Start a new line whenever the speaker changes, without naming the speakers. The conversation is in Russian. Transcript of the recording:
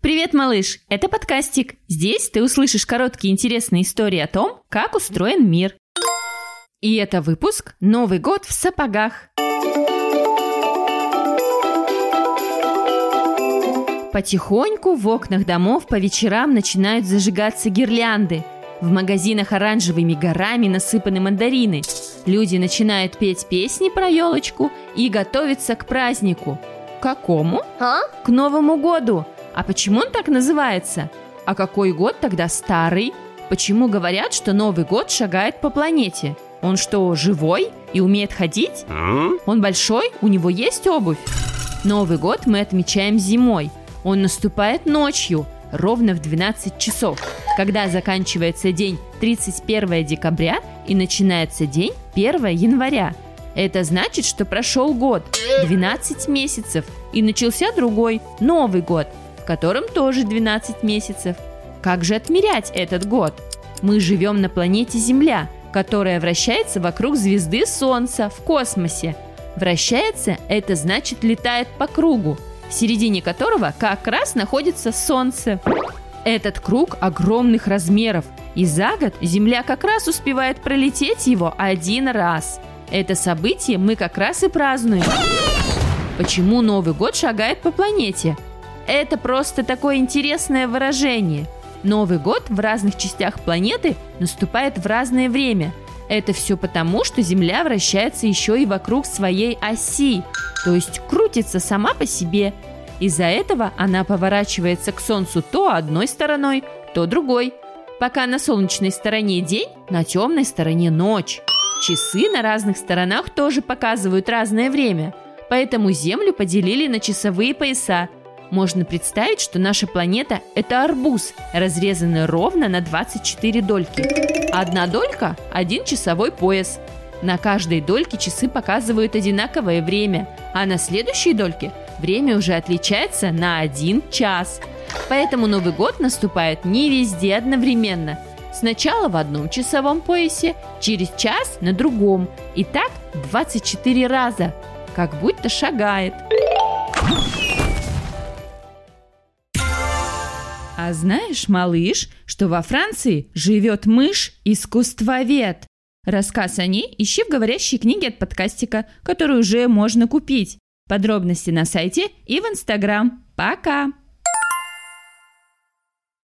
Привет, малыш! Это подкастик. Здесь ты услышишь короткие интересные истории о том, как устроен мир. И это выпуск «Новый год в сапогах». Потихоньку в окнах домов по вечерам начинают зажигаться гирлянды. В магазинах оранжевыми горами насыпаны мандарины. Люди начинают петь песни про елочку и готовиться к празднику. К какому? К Новому году. А почему он так называется? А какой год тогда старый? Почему говорят, что Новый год шагает по планете? Он что, живой и умеет ходить? Он большой? У него есть обувь? Новый год мы отмечаем зимой. Он наступает ночью, ровно в 12 часов, когда заканчивается день 31 декабря и начинается день 1 января. Это значит, что прошел год, 12 месяцев, и начался другой, Новый год, в котором тоже 12 месяцев. Как же отмерять этот год? Мы живем на планете Земля, которая вращается вокруг звезды Солнца в космосе. Вращается – это значит летает по кругу, в середине которого как раз находится Солнце. Этот круг огромных размеров, и за год Земля как раз успевает пролететь его один раз. Это событие мы как раз и празднуем. Почему Новый год шагает по планете? Это просто такое интересное выражение. Новый год в разных частях планеты наступает в разное время. Это все потому, что Земля вращается еще и вокруг своей оси, то есть крутится сама по себе. Из-за этого она поворачивается к Солнцу то одной стороной, то другой. Пока на солнечной стороне день, на темной стороне ночь. Часы на разных сторонах тоже показывают разное время, поэтому Землю поделили на часовые пояса. Можно представить, что наша планета – это арбуз, разрезанный ровно на 24 дольки. Одна долька – 1 часовой пояс. На каждой дольке часы показывают одинаковое время, а на следующей дольке время уже отличается на 1 час. Поэтому Новый год наступает не везде одновременно. Сначала в одном часовом поясе, через час на другом. И так 24 раза, как будто шагает. А знаешь, малыш, что во Франции живет мышь-искусствовед? Рассказ о ней ищи в говорящей книге от подкастика, которую уже можно купить. Подробности на сайте и в Инстаграм. Пока!